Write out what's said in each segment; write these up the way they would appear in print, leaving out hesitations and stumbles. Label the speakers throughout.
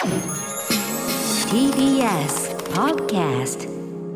Speaker 1: TBS Podcast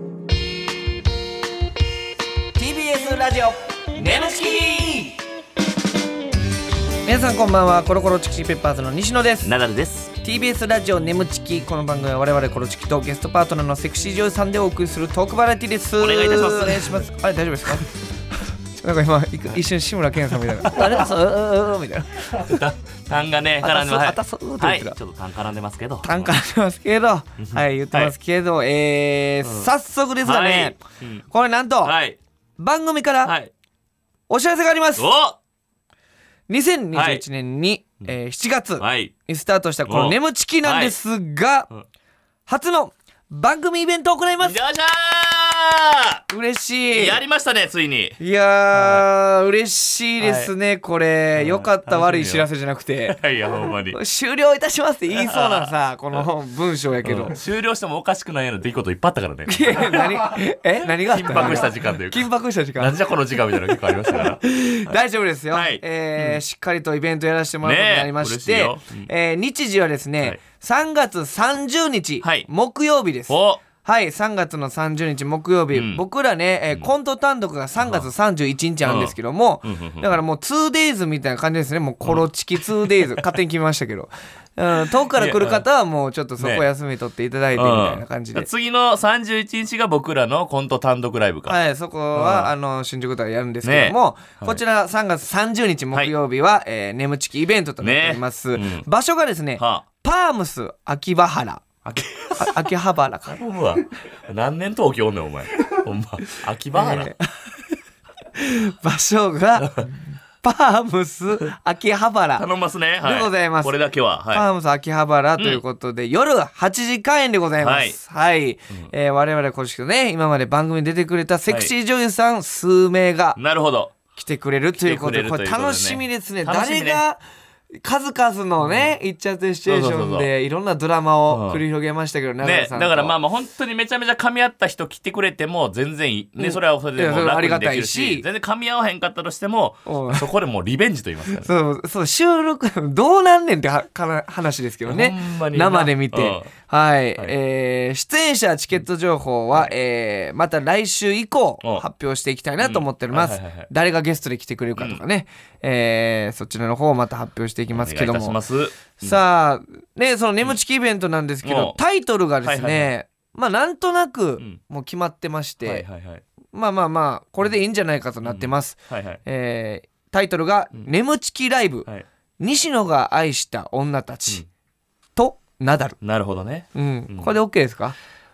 Speaker 2: TBS ラジオネムチキ。
Speaker 3: 皆さんこんばんは。コロコロチキチキペッパーズの西野です。
Speaker 2: ナダルです。
Speaker 3: TBS ラジオネムチキ。この番組は我々コロチキとゲストパートナーのセクシー女優さんでお送りするトークバラエティです。
Speaker 2: お願いいたします。
Speaker 3: お願いします。あれ大丈夫ですかなんか今一瞬志村けんさんみたいなあれそうみたいな
Speaker 2: 単がね絡んでます。
Speaker 3: あたそうって
Speaker 2: はい、
Speaker 3: 言ってた。
Speaker 2: ちょっと単絡んでますけど。
Speaker 3: 単絡んでますけどはい言ってますけど、早速ですがね、これなんと、番組からお知らせがあります。2021年に、7月にスタートしたこのネムチキなんですが、初の番組イベントを行います。
Speaker 2: よっしゃー、
Speaker 3: 嬉しい。
Speaker 2: やりましたね、ついに。
Speaker 3: いやー、嬉しいですね、これ。良かった悪い知らせじゃなくて
Speaker 2: いやほんまに
Speaker 3: 終了いたしますって言いそうなさこの文章やけど、
Speaker 2: 終了してもおかしくないような出来事いっぱいあったからね。
Speaker 3: 何があった
Speaker 2: 緊迫した時間というか、
Speaker 3: 緊迫した時間
Speaker 2: なんじゃこの時間みたいなの結構ありましたから
Speaker 3: 大丈夫ですよ、しっかりとイベントやらせてもらうことになりまして、日時はですね、3月30日、木曜日です。はい、3月の30日木曜日、僕らね、コント単独が3月31日なんですけども、だからもう 2days みたいな感じですね。もうコロチキ 2days 勝手に決めましたけど、遠くから来る方はもうちょっとそこ休み取っていただいてみたいな感じで、
Speaker 2: 次の31日が僕らのコント単独ライブか。
Speaker 3: はい、そこは新宿とかやるんですけども、こちら3月30日木曜日は、ネムチキイベントとなっております。場所がですね、パームス秋葉原。秋葉原か。
Speaker 2: 頼むわ。何年東京おんねんお前。ほんま。秋葉原。
Speaker 3: 場所がパームス秋葉原。
Speaker 2: 頼ますね。
Speaker 3: でございます。
Speaker 2: これだけは。
Speaker 3: パームス秋葉原ということで、夜8時開演でございます。はい。我々公式とね、今まで番組に出てくれたセクシー女優さん数名が来てくれるということで、これ楽しみですね。誰が数々のね、いっちゃってるシチュエーションでいろんなドラマを繰り広げましたけど、
Speaker 2: ね、だからまあ本当にめちゃめちゃ噛み合った人来てくれても全然いい、ね、それはそれでも楽にできるし、全然噛み合わへんかったとしてもそこでもうリベンジと言いますからね。
Speaker 3: そう収録どうなんねんって話ですけどね、生で見て。はい、出演者チケット情報は、また来週以降発表していきたいなと思っております。誰がゲストで来てくれるかとかね、そちらの方をまた発表していきますけども、さあね、そのネムチキイベントなんですけど、タイトルがですね、まあなんとなくもう決まってまして、まあこれでいいんじゃないかとなってます。タイトルがネムチキライブ、西野が愛した女たちとナダル。
Speaker 2: なるほどね。
Speaker 3: これで OK ですか？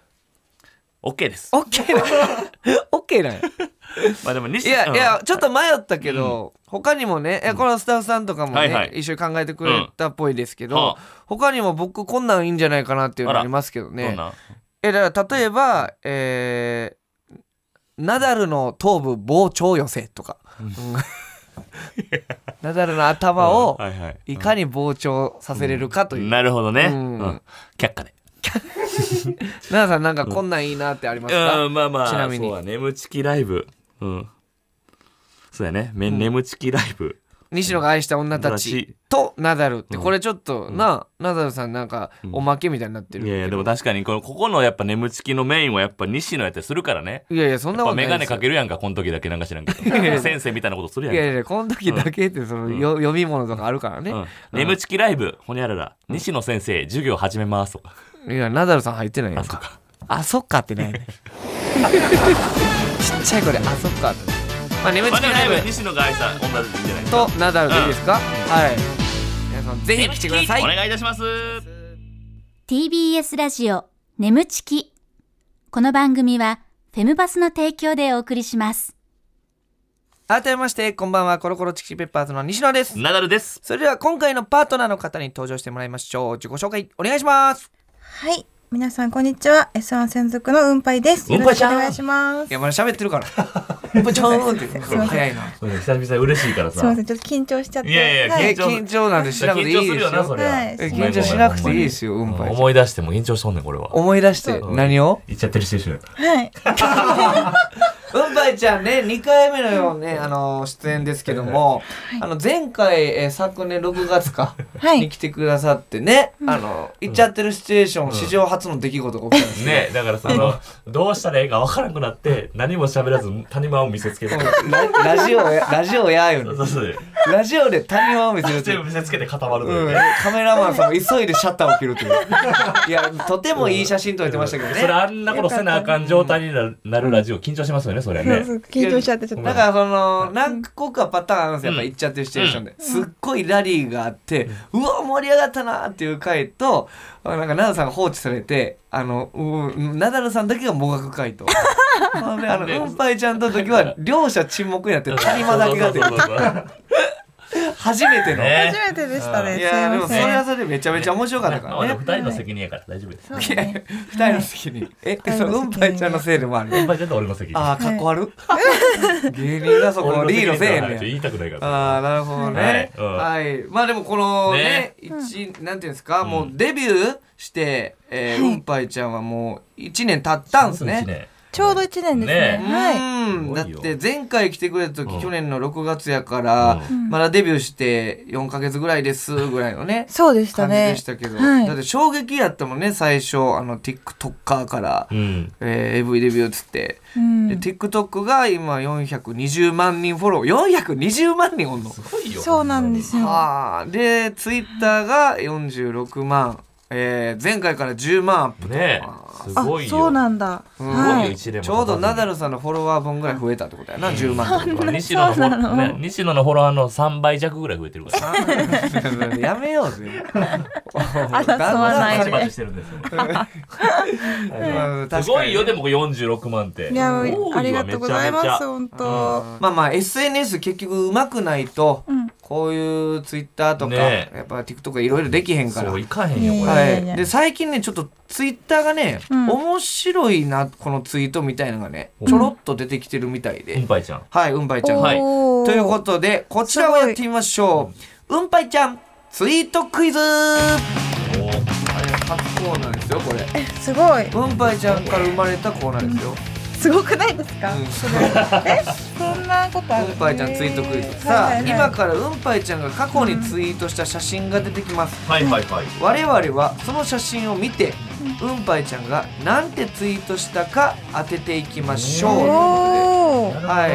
Speaker 2: OK です。
Speaker 3: OK なんや。
Speaker 2: まあでも
Speaker 3: いやちょっと迷ったけど、他にもね、このスタッフさんとかもね、一緒に考えてくれたっぽいですけど、他にも僕こんなんいいんじゃないかなっていうのありますけどね。だから例えば、ナダルの頭部膨張寄せとか、ナダルの頭をいかに膨張させれるかという。
Speaker 2: なるほどね。却下で。
Speaker 3: ナダルさんなんかこんなんいいなってありますか？
Speaker 2: まあ
Speaker 3: ちなみに
Speaker 2: そうだ、ネムチキライブ。そうやね、ネムチキライブ、
Speaker 3: 西野が愛した女たちとナダルって、これちょっとナダルさんなんかおまけみたいになってる。
Speaker 2: いやでも確かにここのやっぱネムチキのメインはやっぱ西野やってするからね。
Speaker 3: いやそんなことないですよ。
Speaker 2: メガネかけるやんか、この時だけなんか知らんけど先生みたいなことするやんか。
Speaker 3: いやこの時だけってその読み物とかあるからね。
Speaker 2: ネムチキライブほにゃらら、西野先生授業始めますとか。
Speaker 3: いやナダルさん入ってないやんか。あそっかってねちっちゃい子であそっかって。ネムチキライブ、
Speaker 2: 西野が愛した女たちいいんじゃないです
Speaker 3: かとナダルでいいですか？はい、皆さんぜひ来てください。
Speaker 2: お願いいたします。
Speaker 1: TBS ラジオネムチキ。この番組はフェムバスの提供でお送りします。
Speaker 3: 改めましてこんばんは。コロコロチキチキペッパーズの西野です。
Speaker 2: ナダルです。
Speaker 3: それでは今回のパートナーの方に登場してもらいましょう。自己紹介お願いします。
Speaker 4: はい、皆さんこんにちは。 S1 専属のうんぱいです。よろしくお願いします。
Speaker 3: いやまだ喋ってるからうんぱちゃーんって早いな。
Speaker 2: 久々嬉しいからさ。
Speaker 4: すいません、ちょっと緊張しちゃって。
Speaker 2: いや
Speaker 3: 緊張なんでしなくていいですよ。緊張しなくていいですよ。うんぱい
Speaker 2: 思い出しても緊張しとんねんこれは。
Speaker 3: 思い出して何を
Speaker 2: 言っちゃってるシチュエーション。
Speaker 4: はい
Speaker 3: うんうんぱいちゃんね2回目のようね出演ですけども、前回、昨年6月か、に来てくださってね行っちゃってるシチュエーション、史上初の出来事が起きたんです
Speaker 2: ね。だからどうしたらええか分からなくなって何も喋らず谷間を見せつける。
Speaker 3: ラジオやよね。ラジオで谷間を見せる
Speaker 2: 全部見せつけて固まるという
Speaker 3: ね。カメラマンさんも急いでシャッターを切るという。いやとてもいい写真撮れてましたけどね。
Speaker 2: それあんなことせなあかん状態になるラジオ緊張しますよね、それね。
Speaker 4: 緊張しちゃってちょっと。
Speaker 3: だから何個かパターンあるんですよ、やっぱ行っちゃってるシチュエーションで。すっごいラリーがあって、うわ盛り上がったなっていう回と、なんかナダルさんが放置されて、ナダルさんだけがもがく回と。うんぱいちゃんとの時は両者沈黙になって谷間だけが出る。初めて
Speaker 4: でしたね。
Speaker 3: いやでもそれはそれでめちゃめちゃ面白かったからね。
Speaker 2: 2人の責任やから大丈夫です。
Speaker 3: 2人の責任。うんぱいちゃんのせいでもある。
Speaker 2: うんぱいちゃんと俺の責任。
Speaker 3: ああ、かっこ悪。芸人がそこリードせえねん。
Speaker 2: 言いたくないから。
Speaker 3: ああ、なるほどね。はい。まあでもこのね、なんていうんですか、もうデビューして、うんぱいちゃんはもう1年経ったんですね。
Speaker 4: ちょうど1年ですね。
Speaker 3: だって前回来てくれた時、去年の6月やから、まだデビューして4ヶ月ぐらいですぐらいのね、
Speaker 4: そうでしたね。
Speaker 3: 感じでしたけど、だって衝撃やったもんね、最初TikToker から、AV デビューっつって、で TikTok が今420万人フォロー、420万人おんの。
Speaker 2: すごいよ。
Speaker 4: そうなんですよ。
Speaker 3: で Twitter が46万。前回から10万アップと
Speaker 2: ね。すごいよ。
Speaker 4: そうなんだ。
Speaker 3: ちょうどナダルさんのフォロワー分ぐらい増えたってことやな、10万ってことは。
Speaker 2: 西野のフォロワーの3倍弱ぐらい増えてるから。
Speaker 3: やめようぜ。
Speaker 2: バチバチしてるんですよ。すごいよ、でも46万って。
Speaker 4: いや、ありがとうございます本当。
Speaker 3: まあ SNS 結局上手くないと、こういうツイッターとか、やっぱ TikTok いろいろできへんから。
Speaker 2: そういかへんよこれ。
Speaker 3: で最近ねちょっとツイッターがね、面白いなこのツイートみたいなのがね、ちょろっと出てきてるみたいで。
Speaker 2: うんぱいちゃん。
Speaker 3: はい、うんぱいちゃん。はい。ということでこちらをやってみましょう。うんぱいちゃんツイートクイズ。初コーナーですよこれ。
Speaker 4: すごい。
Speaker 3: うんぱいちゃんから生まれたコーナーですよ。
Speaker 4: すごくないですか？そんなことある？
Speaker 3: うんぱいちゃんツイートクイズ。さあ今からうんぱいちゃんが過去にツイートした写真が出てきます。
Speaker 2: はいはいはい。
Speaker 3: 我々はその写真を見てうんぱいちゃんがなんてツイートしたか当てていきましょう。はい。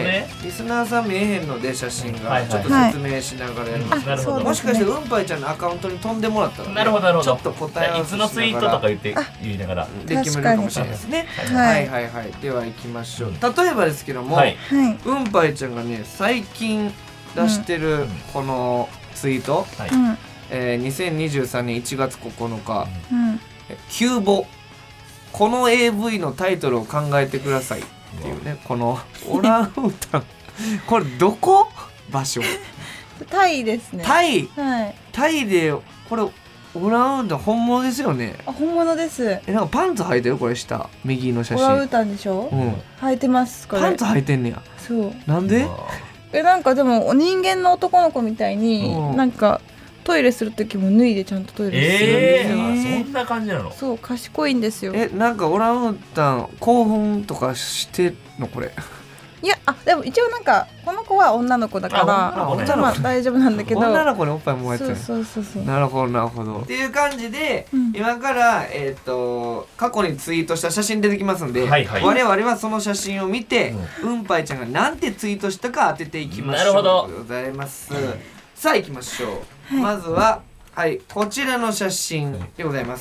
Speaker 3: リスナーさん見えへんので写真がちょっと説明しながらやります。もしかしてうんぱいちゃんのアカウントに飛んでもらったら、
Speaker 2: なるほどなるほど。
Speaker 3: ちょっと答え合わせしながら
Speaker 2: いつのツイートとか言いながら
Speaker 3: で決めるかもしれないですね。はいはいはい。では行きましょう。例えばですけども、うんぱいちゃんがね最近出してるこのツイート、2023年1月9日、キューボ、この AV のタイトルを考えてくださいっていうね、このオランウータンこれどこ場所？
Speaker 4: タイですね。
Speaker 3: タイでこれオランウータン本物ですよね。
Speaker 4: 本物です。
Speaker 3: なんかパンツ履いてるこれ下右の写真。
Speaker 4: オランウータンでしょ？履いてますこれ。
Speaker 3: パンツ履いてんねや。
Speaker 4: そう。
Speaker 3: なんで？
Speaker 4: なんかでも人間の男の子みたいになんかトイレする時も脱いでちゃんとトイレするんですよ。
Speaker 2: そんな感じなの？
Speaker 4: そう、賢いんですよ。
Speaker 3: なんかオランウータン興奮とかしてんのこれ？
Speaker 4: いや、でも一応なんかこの子は女の子だからまあ大丈夫なんだけど、
Speaker 3: 女の子におっぱいもらえてる。
Speaker 4: そう
Speaker 3: なるほどなるほどっていう感じで、今から過去にツイートした写真出てきますんで、我々はその写真を見てうんぱいちゃんがなんてツイーとしたか当てていきましょう。なるほどでございます。さあ行きましょう。まずはこちらの写真でございます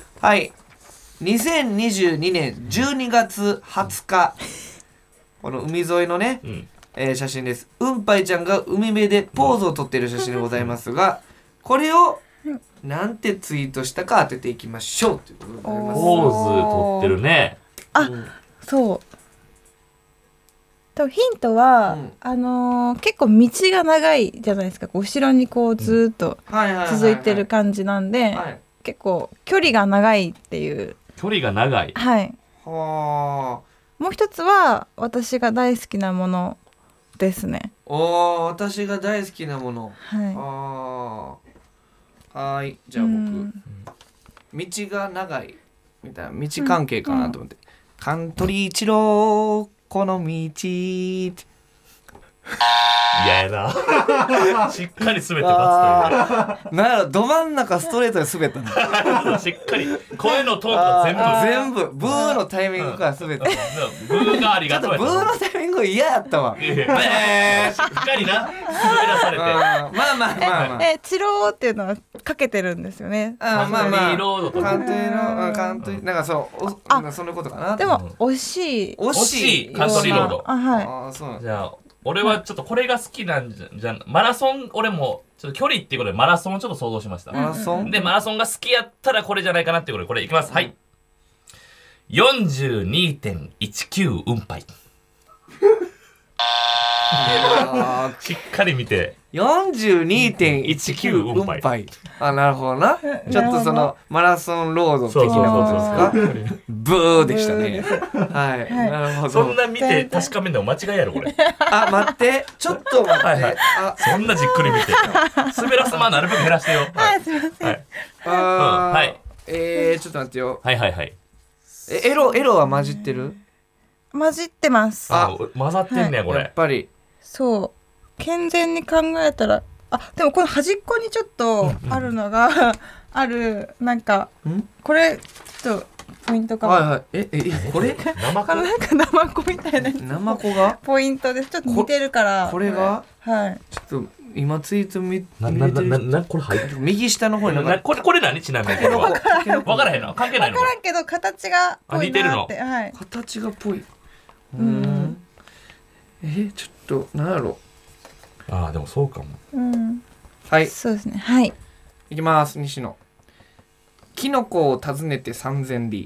Speaker 3: 。2022年12月20日この海沿いのね、写真です。うんぱいちゃんが海辺でポーズを撮っている写真でございますが、これをなんてツイートしたか当てていきましょうということでございます。
Speaker 2: ポーズ撮ってるね。
Speaker 4: そう。ヒントは、結構道が長いじゃないですか。後ろにこうずっと続いてる感じなんで、結構距離が長いっていう。
Speaker 2: 距離が長い。
Speaker 4: はい。もう一つは私が大好きなものですね。
Speaker 3: 私が大好きなもの。はい。じゃあ僕、道が長いみたいな道関係かなと思って、カントリー一郎この道
Speaker 2: いややなしっかり滑って勝
Speaker 3: つというなんやろど真ん中ストレートで滑った
Speaker 2: のしっかり声のトーンが
Speaker 3: 全部ブーのタイミングから滑った、
Speaker 2: ブーがありがとう
Speaker 3: ちょっとブーのタイミング嫌やったわ
Speaker 2: しっかりな滑らされて
Speaker 3: まあ
Speaker 4: チローっていうのはかけてるんですよね。
Speaker 2: カントリーロードとか
Speaker 3: カントリーなんかそうそんなことかな。
Speaker 4: でも惜しい
Speaker 2: カントリーロード。
Speaker 4: はい
Speaker 3: そう
Speaker 2: じゃあ俺はちょっとこれが好きなんじゃマラソン俺もちょっと距離っていうことでマラソンをちょっと想像しました。
Speaker 3: マラソン
Speaker 2: でマラソンが好きやったらこれじゃないかなっていうことでこれいきます。はい 42.19 運杯しっかり見て
Speaker 3: 42.19 運杯なるほどな。ちょっとそのマラソンロード的なことですか。ブーでしたね。はいなるほど。
Speaker 2: そんな見て確かめるの間違いやろこれ。
Speaker 3: 待ってちょっと待って
Speaker 2: そんなじっくり見て滑らすなるべく減らしてよ。
Speaker 4: はいすいません。
Speaker 2: はい
Speaker 3: ちょっと待ってよ。
Speaker 2: はい
Speaker 3: エロは混じってる？
Speaker 4: 混じってます。
Speaker 2: 混ざってんねやこれ。
Speaker 3: やっぱり
Speaker 4: そう健全に考えたらでもこの端っこにちょっとあるのがあるなんかこれちょっとポイントかも。
Speaker 3: これ
Speaker 2: 生子
Speaker 4: なんか生子みたいな
Speaker 3: 生子が
Speaker 4: ポイントです。ちょっと似てるから
Speaker 3: これが
Speaker 4: はい
Speaker 3: ちょっと今ツイート見て
Speaker 2: これ入ってる
Speaker 3: 右下の方に
Speaker 2: これ何ちなみにこれは分からへんの関係ないの
Speaker 4: 分からんけど形が
Speaker 2: 似てるの
Speaker 3: 形がぽいちょっとなんやろ
Speaker 2: でもそうかも
Speaker 3: はい
Speaker 4: そうですねはい
Speaker 3: いきます西野キノコを訪ねて3000里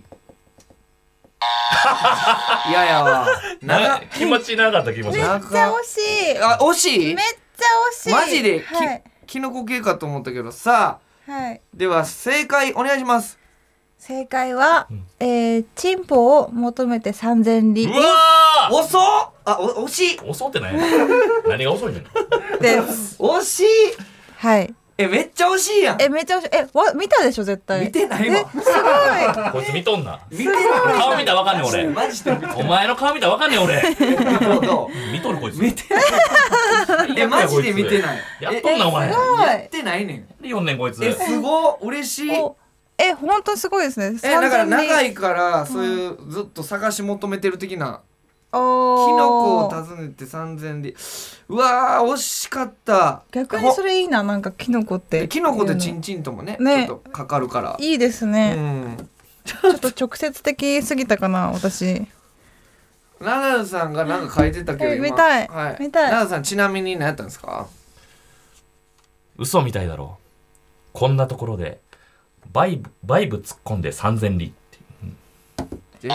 Speaker 3: いややわ
Speaker 2: 気持ちなかった気持ち
Speaker 4: めっちゃ惜しい
Speaker 3: 惜しい
Speaker 4: めっちゃ惜しい
Speaker 3: マジでキノコ系かと思ったけどさあでは正解お願いします。
Speaker 4: 正解はチンポを求めて3000里。
Speaker 2: うわ
Speaker 3: 遅っ惜しい
Speaker 2: 遅ってない何が遅いねん
Speaker 4: です
Speaker 3: 惜しい
Speaker 4: はい
Speaker 3: めっちゃ惜しいやん
Speaker 4: めっちゃ惜しい見たでしょ絶対
Speaker 3: 見てないわ
Speaker 4: すごい
Speaker 2: こいつ見とんな
Speaker 3: 見てない
Speaker 2: 顔見たらわかんねん俺
Speaker 3: マジで
Speaker 2: お前の顔見たらわかんねん俺
Speaker 3: どう
Speaker 2: 見とるこいつ
Speaker 3: 見てないマジで見てない
Speaker 2: やっとんなお前
Speaker 3: やってないねん
Speaker 2: 4年こいつ
Speaker 3: すごい嬉しい
Speaker 4: 本当すごいですね
Speaker 3: だから長いからそういうずっと探し求めてる的なキノコを訪ねて3000里うわー惜しかった。
Speaker 4: 逆にそれいいななんかキノコって
Speaker 3: キノコでチンチンともねちょっとかかるから
Speaker 4: いいですねちょっと直接的すぎたかな私。
Speaker 3: ナダルさんがなんか書いてたけど
Speaker 4: 見たい
Speaker 3: ナダルさんちなみに何やったんですか。
Speaker 2: 嘘みたいだろうこんなところでバイブ突っ込んで3000里って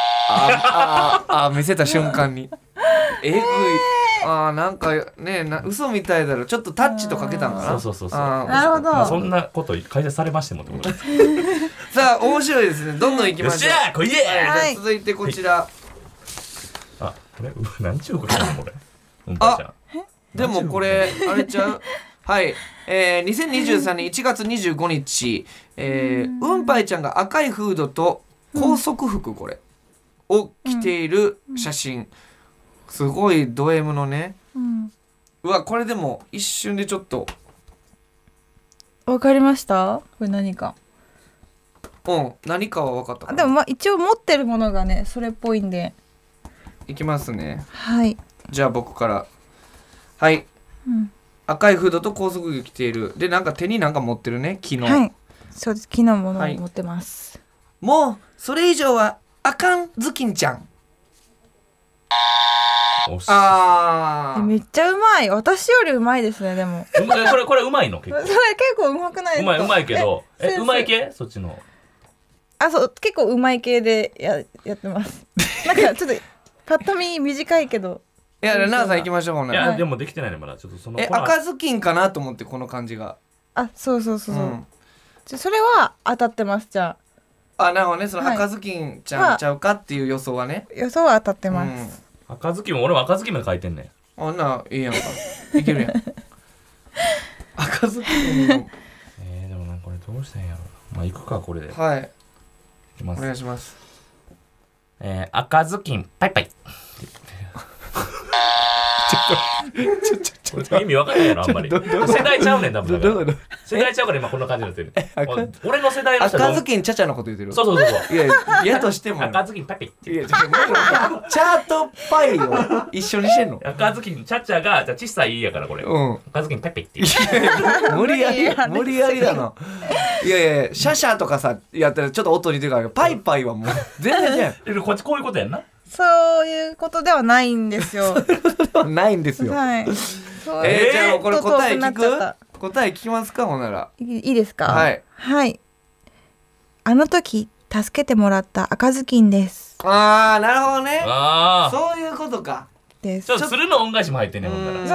Speaker 3: 見せた瞬間にえぐいなんかね嘘みたいだろちょっとタッチとかけたのかな。
Speaker 2: そう
Speaker 4: なるほど、
Speaker 2: そんなこと解説されましてもってこと
Speaker 3: さあ面白いですねどんどんいきましょう。
Speaker 2: よっしゃこいえ、
Speaker 3: じゃあ続いてこちら、
Speaker 2: これ何ちゅうことなのこれ
Speaker 3: でもこれあれちゃうはい2023年1月25日うんぱいちゃんが赤いフードと高速服これを着ている写真すごいド M のねうわこれでも一瞬でちょっと
Speaker 4: わかりましたこれ何か
Speaker 3: 何かは分かったかな。
Speaker 4: でも一応持ってるものがねそれっぽいんで
Speaker 3: いきますね。
Speaker 4: はい
Speaker 3: じゃあ僕からはい、赤いフードと高速着着ているでなんか手になんか持ってるね木の
Speaker 4: はいそうです木のものを持ってます、
Speaker 3: もうそれ以上はあかんズキンちゃん
Speaker 4: めっちゃうまい私よりうまいですねでも
Speaker 2: これうまいの結構
Speaker 4: それ結構うまくないですか。
Speaker 2: うまいけどうまい系そっちの
Speaker 4: そう結構うまい系でやってますなんかちょっとパッと見短いけど
Speaker 3: いやナナさん行きましょうほんなら。
Speaker 2: でもできてないねまだちょっとその
Speaker 3: 赤ずきんかなと思ってこの感じが
Speaker 4: そう、それは当たってますじゃ
Speaker 3: あなるほどねその赤ずきんちゃんちゃうかっていう予想はね
Speaker 4: 予想は当たってます、
Speaker 2: 赤ずきんも俺も赤ずきんまで書いてんねん
Speaker 3: いいやんかいけるやん赤ずきんの
Speaker 2: でもなんかこれどうしたんやろまあ行くかこれで
Speaker 3: はい
Speaker 2: いきます
Speaker 3: お願いします。
Speaker 2: 赤ずきんパイパイ意味わかんないやろあんまり。世代ちゃうねん多分。世代ちゃうから今こんな感じになってる。俺の世代の人
Speaker 3: 赤ずきんちゃちゃのこと言ってる。
Speaker 2: そう。
Speaker 3: いやとしても
Speaker 2: 赤ずきんパピって。
Speaker 3: いやチャートパイを一緒にしてんの。
Speaker 2: 赤ずきんちゃちゃがじゃ小さいやからこれ。赤ずきんパピって。
Speaker 3: 無理やりだな。いやシャシャとかさやったらちょっと音似てるからパイパイはもう全然じゃん。
Speaker 2: こっちこういうことやんな。
Speaker 4: そういうことではないんですよ。
Speaker 3: ないんですよ。
Speaker 4: はい。
Speaker 3: じゃあこれ答え聞きますかほんなら。
Speaker 4: いいですか。
Speaker 3: はい。
Speaker 4: はい。あの時助けてもらった赤ずきんです。
Speaker 3: ああなるほどね。そういうことか。
Speaker 4: です。
Speaker 2: ちょっと鶴の恩返しも入ってんねん。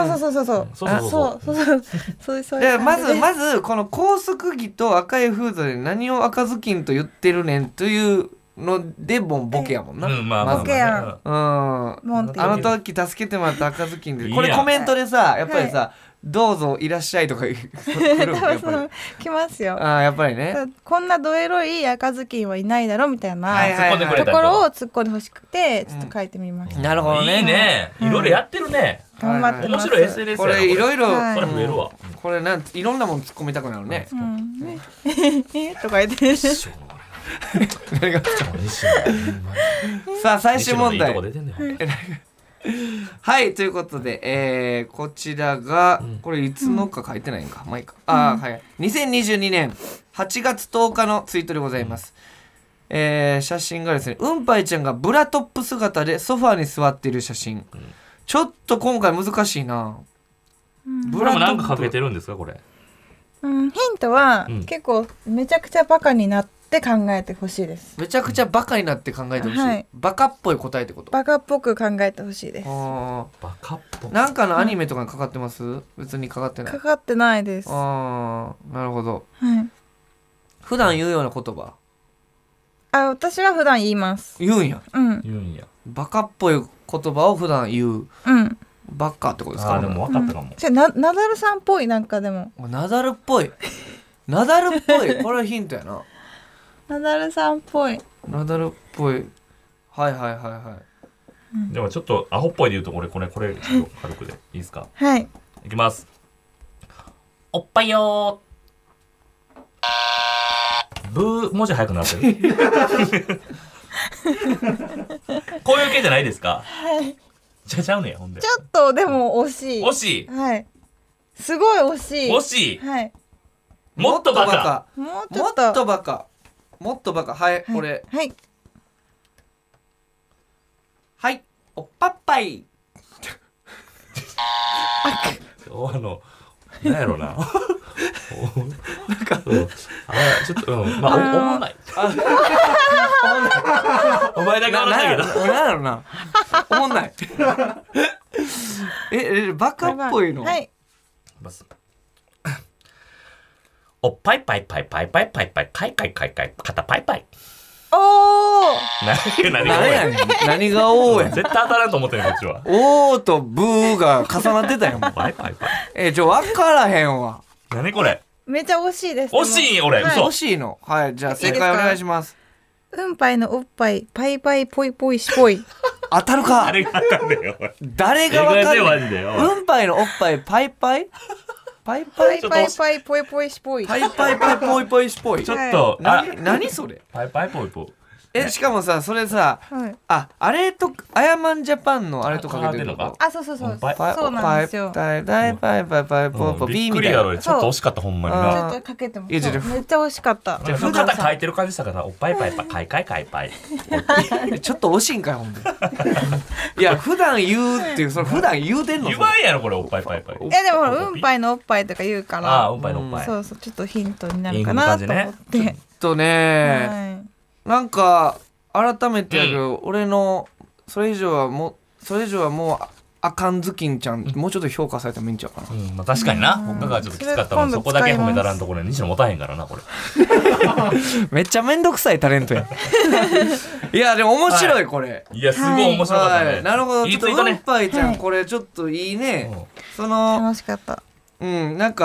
Speaker 4: そう。
Speaker 3: でまずこの高速着と赤いフードで何を赤ずきんと言ってるねんというのでボケやもんな。
Speaker 4: ボケやん。
Speaker 3: あの時助けてもらった赤ずきんでこれコメントでさやっぱりさどうぞいらっしゃいとか来るやっぱり
Speaker 4: 来ますよ。
Speaker 3: やっぱりね
Speaker 4: こんなドエロい赤ずきんはいないだろみたいなところを突っ込んでほしくてちょっと書いてみました。
Speaker 3: なるほどね。
Speaker 2: いいね。いろいろやってるね。
Speaker 4: 頑張ってます。
Speaker 2: 面白い SNS
Speaker 3: これいろいろ
Speaker 2: それ増えるわ。これ
Speaker 3: いろんなもん突っ込みたくなるね。
Speaker 4: とか言って。
Speaker 3: さあ最終問題。はいということで、こちらがこれいつのか書いてないんか、まあいいか。はい2022年8月10日のツイートでございます。写真がですねうんぱいちゃんがブラトップ姿でソファーに座っている写真。ちょっと今回難しいな。
Speaker 2: ブラもなんかかけてるんですかこれ。
Speaker 4: ヒントは、結構めちゃくちゃバカになって考えてほしいです。
Speaker 3: めちゃくちゃバカになって考えてほしい、はい、バカっぽい答えってこと。
Speaker 4: バカっぽく考えてほしいです。
Speaker 2: バカっぽい
Speaker 3: なんかのアニメとかにかかってます？別にかかってない。
Speaker 4: かかってないです。
Speaker 3: なるほど、
Speaker 4: はい、
Speaker 3: 普段言うような言葉。
Speaker 4: 私は普段言います。
Speaker 3: 言うんや。
Speaker 4: 言
Speaker 2: うんや。
Speaker 3: バカっぽい言葉を普段言う。バカってことですか。
Speaker 2: でも分かったかも。
Speaker 4: ナダルさんっぽいなんかでも。
Speaker 3: ナダルっぽい。ナダルっぽい。これはヒントやな。
Speaker 4: ナダルさんっぽい。
Speaker 3: ナダルっぽい。はい。
Speaker 2: でもちょっとアホっぽいで言うとこれちょっと軽くでいいですか。
Speaker 4: はい。
Speaker 2: いきます。おっぱいよー。ブー文字早くなってる。こういう系じゃないですか。
Speaker 4: はい。
Speaker 2: ちゃうねんほんで。
Speaker 4: ちょっとでも惜しい。
Speaker 2: 惜しい。
Speaker 4: はい。すごい惜しい。
Speaker 2: 惜しい。
Speaker 4: はい。
Speaker 2: もっとバカ。
Speaker 4: もっとバカ。
Speaker 3: はい、これ。
Speaker 4: はい。
Speaker 3: はい。おっぱっぱい。
Speaker 2: なんやろな。なんかちょっとまあ思わない。お前だけ笑ったけど。
Speaker 3: なんやろな。思んない。バカっぽいの。
Speaker 4: はい。
Speaker 2: おっぱいパイパイパイパイパイパイカイカイカイカイ肩パイパイ。
Speaker 4: おー。
Speaker 3: 何がおーや。
Speaker 2: 絶対当たらんと思ってるこっちは。
Speaker 3: おーとブーが重なってたよ。
Speaker 2: パイパイパイ。
Speaker 3: 分からへんわ。
Speaker 2: 何これ。
Speaker 4: めっちゃ惜しいです。
Speaker 2: 惜しい俺。嘘。
Speaker 3: 惜しいの。はいじゃあ正解お願いします。
Speaker 4: うんぱいのおっぱいパイパイポイポイしぽい。
Speaker 3: 当たるか。
Speaker 2: 誰がわかんねえよ。
Speaker 3: 誰がわかんねえ。うんぱいのおっぱいパイパイパイパイ
Speaker 4: パイパイポイポイしぽい。
Speaker 3: パイパイパイポイポイしぽい。
Speaker 2: ちょっと
Speaker 3: 何それ。
Speaker 2: パイパイポイポイ。
Speaker 3: しかもさそれさ、あれとアヤマンジャパンのあれとかけてるのか。
Speaker 4: そうそう
Speaker 3: なんですよ。パイパイパイパイパイポイポイ
Speaker 2: びっくりやろ。ちょっと惜しかったほんまにな。
Speaker 4: ちょっとかけてもめっちゃ惜しかった。
Speaker 2: 肩書いてる感じしたからおっぱいパイパイカイカイカイパイ。
Speaker 3: ちょっと惜しいんかいほんで。いや普段言うっていうそれ普段言うてんの。
Speaker 2: 言わんやろこれおっぱいパイパイ。
Speaker 4: でもうんぱいのおっぱいとか言うから。
Speaker 2: うんぱいのおっぱい。
Speaker 4: そうちょっとヒントになるかなと思って。
Speaker 3: ちょっとねなんか。改めてやる、俺のそれ以上はもうあかんずきんちゃんもうちょっと評価されたらめんちゃうかな。
Speaker 2: 確かにな。他がちょっときつかったもん。そこだけ褒めたらんところに西野持たへんからなこれ。
Speaker 3: めっちゃめんどくさいタレントや。いやでも面白いこれ。
Speaker 2: いやすごい面白かったね。
Speaker 3: なるほど。ちょっとうんぱいちゃんこれちょっといいね。
Speaker 4: 楽しかった。
Speaker 3: なんか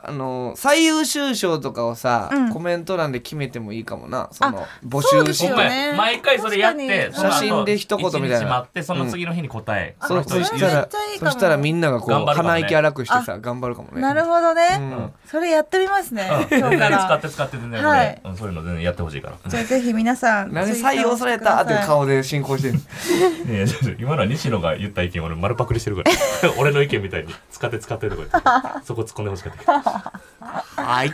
Speaker 3: 最優秀賞とかをさ、コメント欄で決めてもいいかもな。その募集しよう。
Speaker 2: 毎回それやって
Speaker 3: 写真で一言みたいな。
Speaker 2: 待ってその次の日に答え。
Speaker 3: そしたらみんながこう鼻息荒くしてさ頑張るかもね。
Speaker 4: なるほどね。それやってみますね。
Speaker 2: 今日から使って全然俺そういうの全然やってほしいから。
Speaker 4: じゃあぜひ皆さん。
Speaker 3: 何採用されたっていう顔で進行してる。
Speaker 2: 今のは西野が言った意見俺丸パクリしてるから俺の意見みたいに使ってとか言ってそこ突っ込んでほしかったはい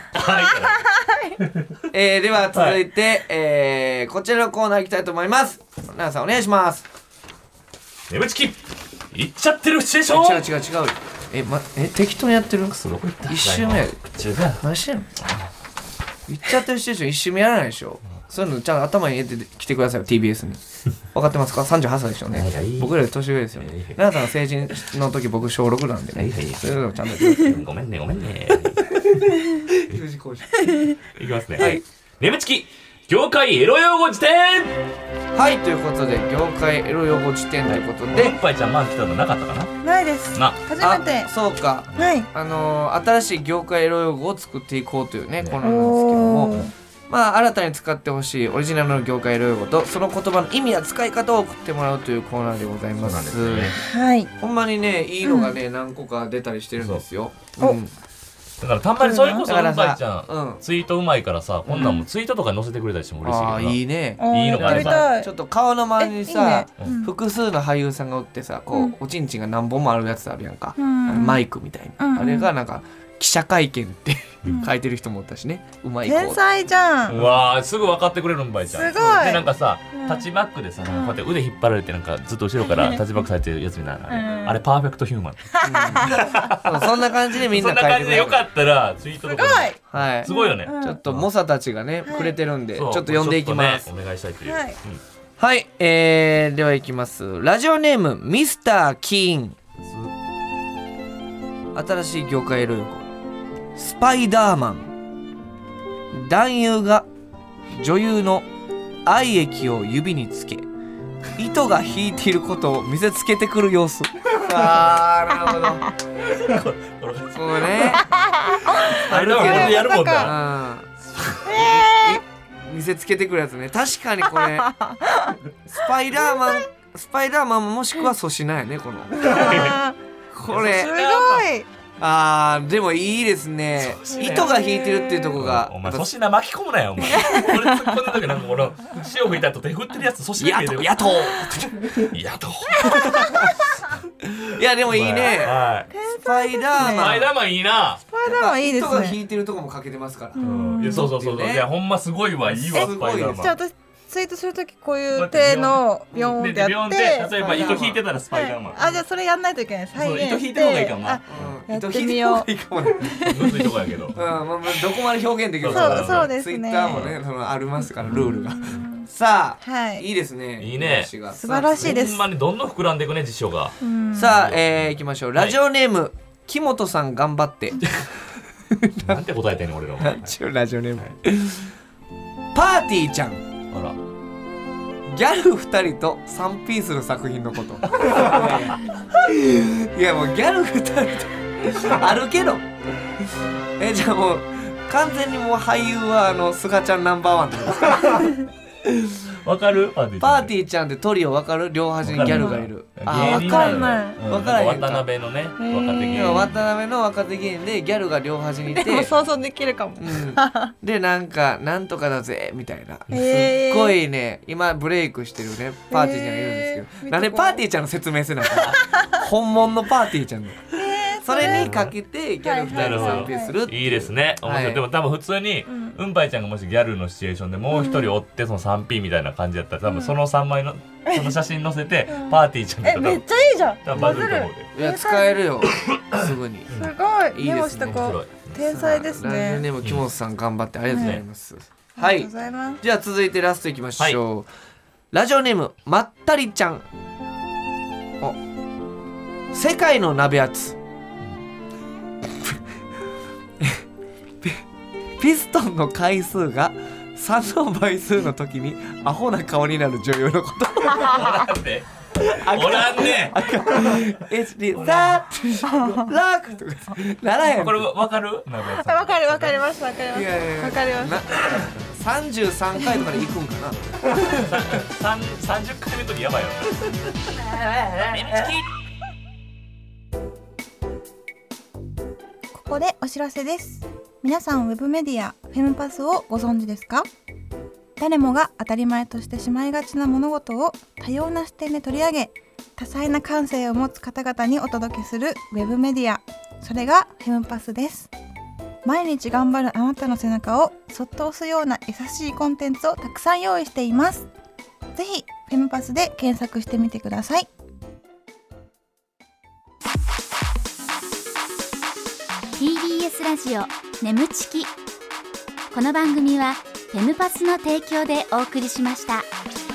Speaker 3: では続いて、こちらのコーナー行きたいと思います。奈々さんお願いします。
Speaker 2: 眠ちきいっちゃってるシチュエーショ
Speaker 3: ン。違う適当にやってる。一周目何してんの。いっちゃってるシチュエーション一周目やらないでしょ。そういうのちゃんと頭に入れてきてくださいよ TBS に。分かってますか。38歳でしょうね。僕らより年上ですよね。奈々さん成人の時僕小6なんでね。そういうのちゃんと
Speaker 2: ごめんねいきますね。
Speaker 3: はい。
Speaker 2: 眠ちき業界エロ用語辞典。
Speaker 3: はいということで業界エロ用語辞典ということで、
Speaker 2: おっぱいちゃん前来たのなかったかな。
Speaker 4: ないです。初めて。
Speaker 3: そうか。
Speaker 4: はい。
Speaker 3: 新しい業界エロ用語を作っていこうというねコーナーなんですけども、まあ新たに使ってほしいオリジナルの業界エロ用語とその言葉の意味や使い方を送ってもらうというコーナーでございます。
Speaker 4: はい。
Speaker 3: ほんまにねいいのがね何個か出たりしてるんですよ。
Speaker 2: だからたまにそれこそうんぱいちゃんツイートうまいからさ、こんなんもツイートとか載せてくれたりしても嬉しいけどな。
Speaker 3: いいね。
Speaker 2: いいのか
Speaker 3: ね。ちょっと顔の周りにさ複数の俳優さんがおってさ、こうおちんちんが何本もあるやつあるやんか。マイクみたいな。あれがなんか記者会見って書いてる人もおったしね。うまい子。
Speaker 4: 天才じゃん。
Speaker 2: うわーすぐ分かってくれるんばいちゃん。
Speaker 4: すごい。
Speaker 2: でなんかさタッチバックでさこうやって腕引っ張られてなんかずっと後ろからタッチバックされてるやつみたいなあれパーフェクトヒューマン。
Speaker 3: そんな感じでみんな書いてくれる。そんな感じで
Speaker 2: よかったらツイートとか
Speaker 3: はい
Speaker 2: すごいよね。
Speaker 3: ちょっと猛者たちがねくれてるんでちょっと読んでいきます。
Speaker 2: お願いしたいという。
Speaker 3: はい、ではいきます。ラジオネームミスター・キーン。新しい業界エロ用語スパイダーマン。男優が女優の愛液を指につけ糸が引いていることを見せつけてくる様子。あーなるほどそうね
Speaker 2: あれでもやるもんだ。
Speaker 3: 見せつけてくるやつね。確かにこれスパイダーマンもしくは粗品やねこのこれ
Speaker 4: すごい。
Speaker 3: でもいいですね。糸が引いてるっていうとこが
Speaker 2: お前粗品巻き込むなよお前。俺突っ込んだ時なんか俺塩吹いた後手振ってるやつ粗品
Speaker 3: やといやでもいいね。スパイダーマン
Speaker 2: いいな。
Speaker 4: スパイダーマンいいですね。
Speaker 3: 糸が引いてるとこもかけてますから。
Speaker 2: そういやほんますごいわ。いいわスパイダーマン。
Speaker 4: じゃあ私ツイートするときこういう手のビヨーンってやって
Speaker 2: 例えば糸引いてたらスパイダーマン。
Speaker 4: じゃあそれやんないといけない。
Speaker 2: 糸引いてる方がいいかもな。
Speaker 4: やってみよう。
Speaker 2: むずいとこやけど。
Speaker 3: どこまで表現できる
Speaker 4: か。そうですね。
Speaker 3: ツイッターもねありますからルールが。さあいいですね。
Speaker 2: いいね。
Speaker 4: 素晴らしいです。
Speaker 2: ほんまにどんどん膨らんでいくね辞書が。
Speaker 3: さあ行きましょう。ラジオネーム木本さん頑張って。
Speaker 2: なんて答えてんの俺の。
Speaker 3: ラジオネームパーティーちゃん。
Speaker 2: あら。
Speaker 3: ギャル2人と3ピースの作品のこと。いやもうギャル2人とあるけどじゃあもう完全にもう俳優はスガちゃんナンバーワンってことですか。
Speaker 2: わかる？パ
Speaker 3: ーティーちゃんってトリオわかる？両端にギャルがいる。
Speaker 4: わかんない。
Speaker 3: わからへんか。
Speaker 2: 渡辺のね若手芸人。
Speaker 3: 渡辺の若手芸人でギャルが両端にいて。
Speaker 4: でも想像できるかも。
Speaker 3: でなんかなんとかだぜみたいな。すっごいね今ブレイクしてるねパーティーちゃんがいるんですけど。なんでパーティーちゃんの説明せなかった？本物のパーティーちゃんの。それにかけてギャル2人3ピースする。
Speaker 2: いいですね。面白い。でも多分普通にうんぱいちゃんがもしギャルのシチュエーションでもう一人おってその 3P みたいな感じだったら多分その3枚のその写真載せてパーティーちゃんとか
Speaker 4: めっちゃいいじゃん。
Speaker 2: 多分バズると思うで。
Speaker 3: いや使えるよすぐに。
Speaker 4: すごい。メモした子天才ですね。
Speaker 3: ラジオネーム木本さん頑張ってありがとうございます。はい。じゃあ続いてラストいきましょう。ラジオネームまったりちゃん。世界の鍋やつ。ピストンの回数が3の倍数の時にアホな顔になる女優のこと。
Speaker 2: おらんね。
Speaker 3: 1、2、3、6とかならへん。
Speaker 2: これわかる？
Speaker 4: わかります。
Speaker 3: 33回とかで行くんかな。
Speaker 2: 30回目の時やばいよ。
Speaker 4: ここでお知らせです。皆さんウェブメディアフェムパスをご存知ですか？誰もが当たり前としてしまいがちな物事を多様な視点で取り上げ、多彩な感性を持つ方々にお届けするウェブメディア、それがフェムパスです。毎日頑張るあなたの背中をそっと押すような優しいコンテンツをたくさん用意しています。ぜひフェムパスで検索してみてください。
Speaker 1: TBS ラジオ眠ちき。この番組はフェムパスの提供でお送りしました。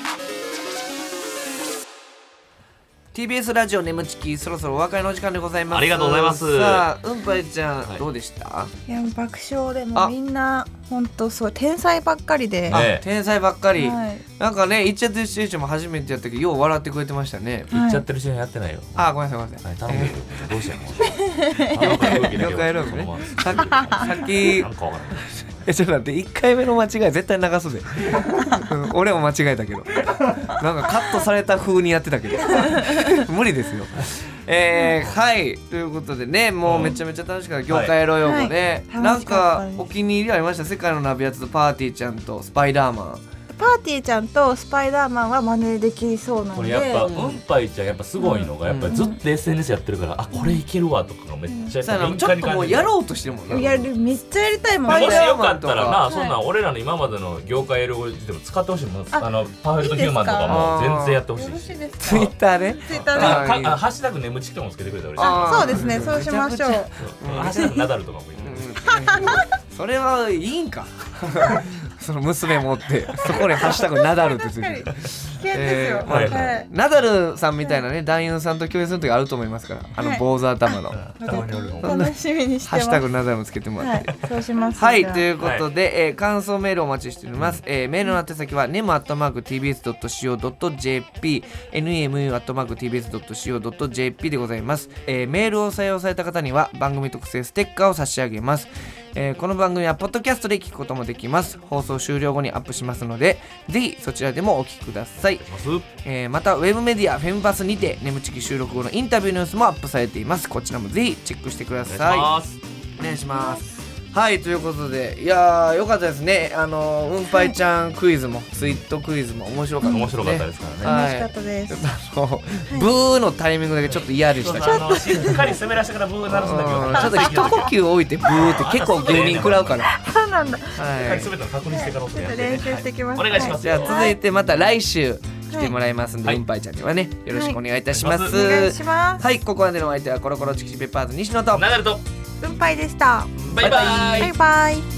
Speaker 3: TBS ラジオ眠ちき、そろそろお別れの時間でございます。
Speaker 2: ありがとうございます。
Speaker 3: さあ、うんぱいちゃん、どうでした？
Speaker 4: いや、爆笑でもみんな本当そう天才ばっかりで、
Speaker 3: 天才ばっかり、なんかね、言っちゃってるシチュエーションも初めてやったけどよう笑ってくれてましたね。
Speaker 2: 言っちゃってるシチュエーションやってないよ。
Speaker 3: ごめんなさい、
Speaker 2: 頼んでる。どうしたの？
Speaker 3: 了解やろうね。さっきなんかわからない。ちょっと待って、1回目の間違い絶対流すで。俺も間違えたけど、なんかカットされた風にやってたけど無理ですよ。はいということでね、もうめちゃめちゃ楽しかった。業界エロ用語ね、なんかお気に入りありました？世界のナビやつとパーティーちゃんとスパイダーマン。
Speaker 4: パーティーちゃんとスパイダーマンは真似できそうなんで、
Speaker 2: これやっぱうんぱいちゃんやっぱすごいのが、やっぱりずっと SNS やってるから、あ、これいけるわとかがめっちゃ
Speaker 3: ちょっともうやろうとしてるもんね。
Speaker 4: めっちゃやりたいもん。
Speaker 2: もしよかったらな、そんなん俺らの今までの業界エロ語でも使ってほしいもん。パーフェクトヒューマンとかも全然やってほしい。
Speaker 3: ツイッターで
Speaker 2: ハッシュタグ眠ちきともつけてくれたら
Speaker 4: 嬉しい。そうですね、そうしましょう。
Speaker 2: ハッシュタグナダルとかもいい。
Speaker 3: それはいいんか。その娘持ってそこでハッシュタグナダルってついてる。ナダルさんみたいなね、男優さんと共演する時あると思いますから、坊主頭の
Speaker 4: 楽しみにしてます。
Speaker 3: ハッシュタグナダルもつけてもらって、
Speaker 4: そうします。
Speaker 3: はい、ということで、感想メールをお待ちしております。メールの宛先は nemu@tbs.co.jp nemu@tbs.co.jp でございます。メールを採用された方には番組特製ステッカーを差し上げます。この番組はポッドキャストで聞くこともできます。放送終了後にアップしますので、ぜひそちらでもお聞きください。またウェブメディアフェムパスにて眠ちき収録後のインタビューニュースもアップされています。こちらもぜひチェックしてください。お願いします。はい、ということで、いやーよかったですね。うんぱいちゃんクイズもツイートクイズも面白かったですね。
Speaker 2: 面白かったですからね。
Speaker 4: 楽しかったです。
Speaker 3: ブーのタイミングだけちょっと嫌でしたけど、
Speaker 2: しっかり滑らしてからブー鳴らすんだけど、
Speaker 3: ちょっと一呼吸置いてブーって結構芸人食らうから。
Speaker 4: そうなんだ。
Speaker 2: はい。全ての確認してからお
Speaker 4: 練習してきます。
Speaker 2: お願いします。
Speaker 3: じゃあ続いてまた来週来てもらいますんで、うんぱいちゃんにはねよろしくお願いいたします。
Speaker 4: お願いします。
Speaker 3: はい、ここまでのお相手はコロコロチキチペッパーズ西野と
Speaker 2: ナダルと
Speaker 4: うんぱいでした。
Speaker 2: バイバイ。
Speaker 4: バイバイ。